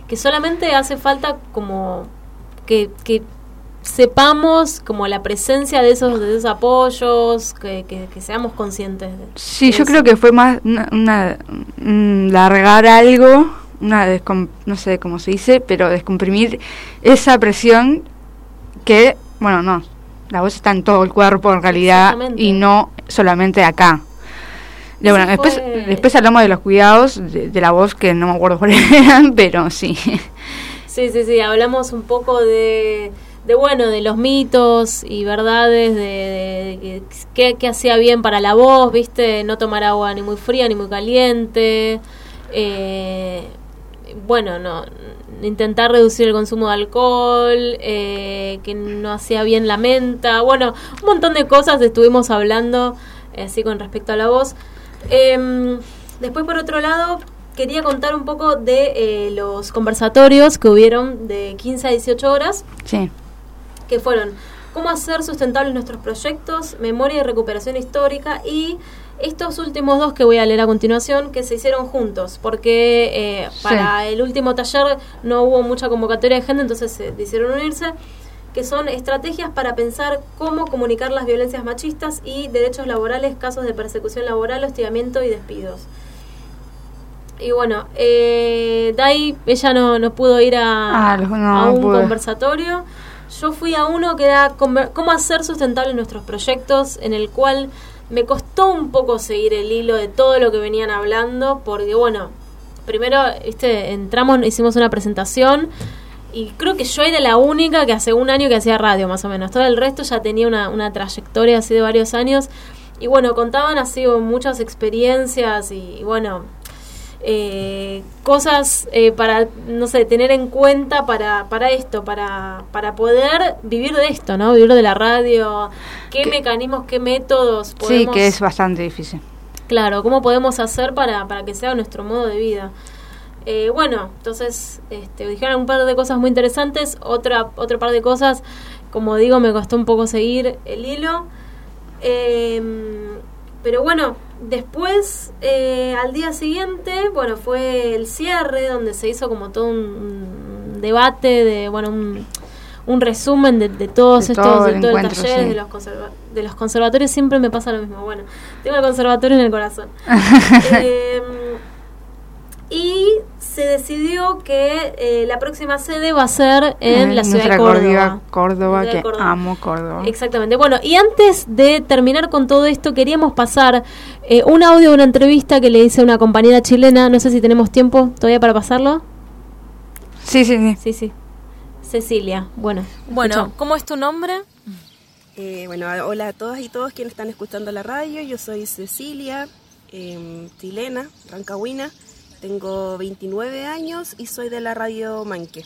que solamente hace falta como que, que sepamos como la presencia de esos, de esos apoyos, que, que, que seamos conscientes de Sí, de yo eso. creo que fue más una, una mm, largar algo, una descom- no sé cómo se dice, pero descomprimir esa presión que, bueno, no, la voz está en todo el cuerpo en realidad y no solamente acá. De, bueno, después, fue... después hablamos de los cuidados de, de la voz, que no me acuerdo cuáles eran, pero sí. Sí, sí, sí, hablamos un poco de, de bueno, de los mitos y verdades, de, de, de qué, qué hacía bien para la voz, ¿viste? No tomar agua ni muy fría ni muy caliente, eh, bueno, no intentar reducir el consumo de alcohol, eh, que no hacía bien la menta, bueno, un montón de cosas estuvimos hablando eh, así con respecto a la voz. Eh, después, por otro lado, quería contar un poco de eh, los conversatorios que hubieron de quince a dieciocho horas, Sí. que fueron cómo hacer sustentables nuestros proyectos, memoria y recuperación histórica, y estos últimos dos que voy a leer a continuación, que se hicieron juntos, porque eh, Sí. para el último taller no hubo mucha convocatoria de gente, entonces se decidieron unirse, que son estrategias para pensar cómo comunicar las violencias machistas y derechos laborales, casos de persecución laboral, hostigamiento y despidos. Y bueno, eh, Dai, ella no, no pudo ir a, Ah, no, a no un pude. conversatorio. Yo fui a uno que era conver- cómo hacer sustentables nuestros proyectos, en el cual me costó un poco seguir el hilo de todo lo que venían hablando, porque bueno, primero, viste, entramos, hicimos una presentación, y creo que yo era la única que hace un año que hacía radio, más o menos. Todo el resto ya tenía una, una trayectoria así de varios años, y bueno, contaban así muchas experiencias, y, y bueno... Eh, cosas eh, para, no sé, tener en cuenta para, para esto, para, para poder vivir de esto, ¿no? Vivir de la radio, qué Que- mecanismos, qué métodos podemos... Sí, que es bastante difícil. Claro, cómo podemos hacer para, para que sea nuestro modo de vida. Eh, bueno, entonces este, dijeron un par de cosas muy interesantes, otra otro par de cosas, como digo, me costó un poco seguir el hilo. Eh, pero bueno, después, eh, al día siguiente, bueno, fue el cierre, donde se hizo como todo un, un debate, de bueno, un, un resumen de, de todos De estos, todo de el todo el encuentro, taller, sí. de los conserva- de los conservatorios. Siempre me pasa lo mismo. Bueno, tengo el conservatorio en el corazón. eh, y se decidió que eh, la próxima sede va a ser en Eh, la ciudad nuestra de Córdoba. Córdoba, Córdoba, Ciudad de que Córdoba. amo Córdoba. Exactamente. Bueno, y antes de terminar con todo esto, queríamos pasar eh, un audio de una entrevista que le hice a una compañera chilena. No sé si tenemos tiempo todavía para pasarlo. Sí, sí, sí. Sí, sí. Cecilia. Bueno. Bueno, escucha. ¿Cómo es tu nombre? Eh, bueno, hola a todas y todos quienes están escuchando la radio. Yo soy Cecilia, eh, chilena, rancagüina. Tengo veintinueve años y soy de la radio Manque.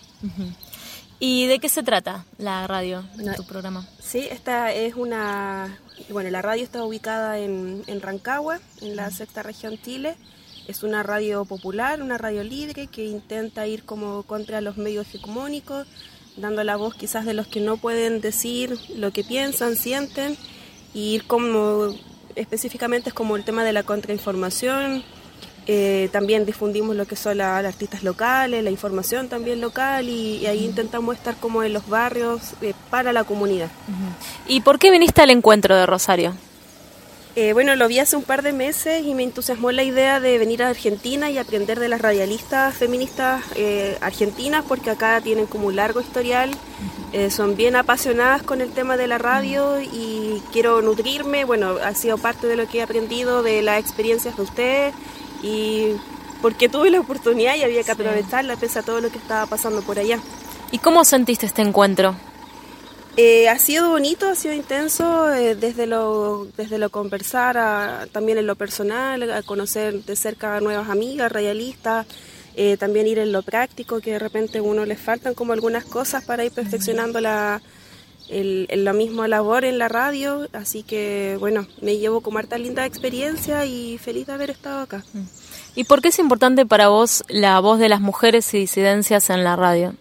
¿Y de qué se trata la radio, No, tu programa? Sí, esta es una... Bueno, la radio está ubicada en, en Rancagua, en la sexta región Chile. Es una radio popular, una radio libre que intenta ir como contra los medios hegemónicos, dando la voz quizás de los que no pueden decir lo que piensan, sienten, y ir como... Específicamente es como el tema de la contrainformación. Eh, también difundimos lo que son la- las artistas locales, la información también local, y, y ahí intentamos estar como en los barrios eh, para la comunidad. ¿Y por qué viniste al encuentro de Rosario? Eh, bueno, lo vi hace un par de meses y me entusiasmó la idea de venir a Argentina y aprender de las radialistas feministas eh, argentinas, porque acá tienen como un largo historial, eh, son bien apasionadas con el tema de la radio y quiero nutrirme. Bueno, ha sido parte de lo que he aprendido de las experiencias de ustedes, y porque tuve la oportunidad y había que Sí. aprovecharla pese a todo lo que estaba pasando por allá. ¿Y cómo sentiste este encuentro? Eh, ha sido bonito, ha sido intenso, eh, desde lo desde lo conversar, a, también en lo personal, a conocer de cerca a nuevas amigas radialistas, eh, también ir en lo práctico, que de repente a uno le faltan como algunas cosas para ir perfeccionando la, el, el- la misma labor en la radio, así que bueno, me llevo como harta linda experiencia y feliz de haber estado acá. ¿Y por qué es importante para vos la voz de las mujeres y disidencias en la radio?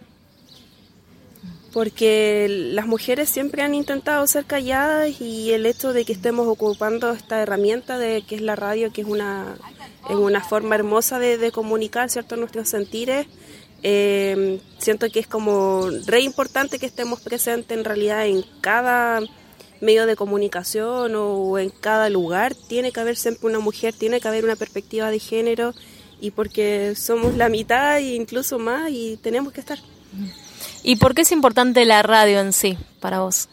Porque las mujeres siempre han intentado ser calladas, y el hecho de que estemos ocupando esta herramienta de que es la radio, que es una, es una forma hermosa de, de comunicar, ¿cierto?, nuestros sentires, Eh, siento que es como re importante que estemos presentes en realidad en cada medio de comunicación o en cada lugar. Tiene que haber siempre una mujer, tiene que haber una perspectiva de género, y porque somos la mitad e incluso más y tenemos que estar. ¿Y por qué es importante la radio en sí para vos?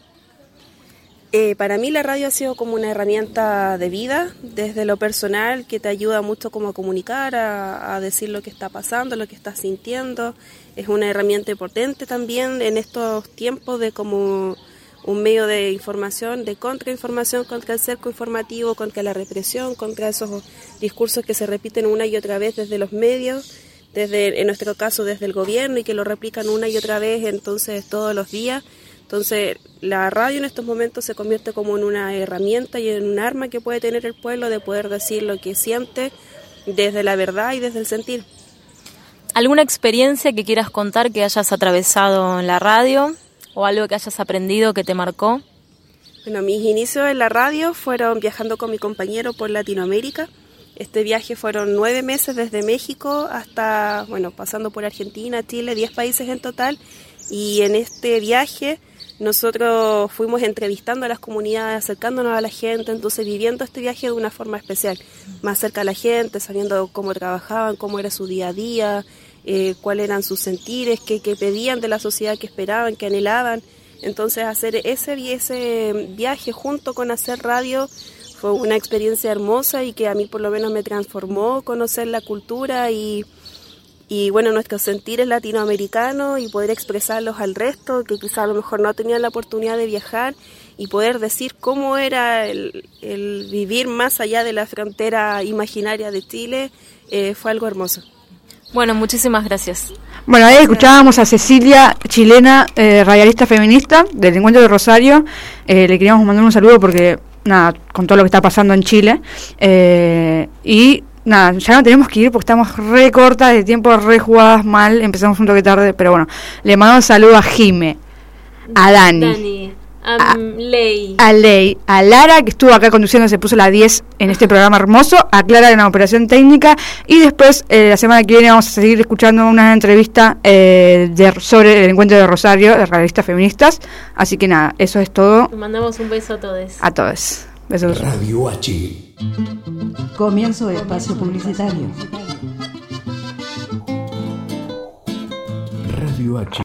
Eh, para mí la radio ha sido como una herramienta de vida, desde lo personal, que te ayuda mucho como a comunicar, a, a decir lo que está pasando, lo que estás sintiendo. Es una herramienta potente también en estos tiempos de como un medio de información, de contrainformación, contra el cerco informativo, contra la represión, contra esos discursos que se repiten una y otra vez desde los medios, desde, en nuestro caso desde el gobierno, y que lo replican una y otra vez entonces todos los días. Entonces la radio en estos momentos se convierte como en una herramienta y en un arma que puede tener el pueblo de poder decir lo que siente desde la verdad y desde el sentir. ¿Alguna experiencia que quieras contar que hayas atravesado en la radio o algo que hayas aprendido que te marcó? Bueno, mis inicios en la radio fueron viajando con mi compañero por Latinoamérica. Este viaje fueron nueve meses desde México hasta, bueno, pasando por Argentina, Chile, diez países en total. Y en este viaje nosotros fuimos entrevistando a las comunidades, acercándonos a la gente, entonces viviendo este viaje de una forma especial, más cerca a la gente, sabiendo cómo trabajaban, cómo era su día a día, eh, cuáles eran sus sentires, qué, qué pedían de la sociedad, qué esperaban, qué anhelaban. Entonces hacer ese, ese viaje junto con hacer radio fue una experiencia hermosa y que a mí por lo menos me transformó, conocer la cultura y... y bueno, nuestros sentires latinoamericanos y poder expresarlos al resto, que quizá a lo mejor no tenían la oportunidad de viajar, y poder decir cómo era el, el vivir más allá de la frontera imaginaria de Chile, eh, fue algo hermoso. Bueno, muchísimas gracias. Bueno, ahí escuchábamos a Cecilia, chilena, eh, radialista feminista del Encuentro de Rosario. Eh, le queríamos mandar un saludo porque, nada, con todo lo que está pasando en Chile. Eh, y... Nada, ya no tenemos que ir porque estamos re cortas de tiempo, re jugadas mal, empezamos un toque tarde, pero bueno, le mando un saludo a Jime, a Dani, Dani a, a Ley, a Ley, a Lara, que estuvo acá conduciendo, se puso la diez en este programa hermoso, a Clara en la operación técnica, y después eh, la semana que viene vamos a seguir escuchando una entrevista eh, de, sobre el Encuentro de Rosario de radialistas feministas, así que nada, eso es todo. Les mandamos un beso a todos. A todos. Besos. Radio H. Comienzo de espacio publicitario. Radio H.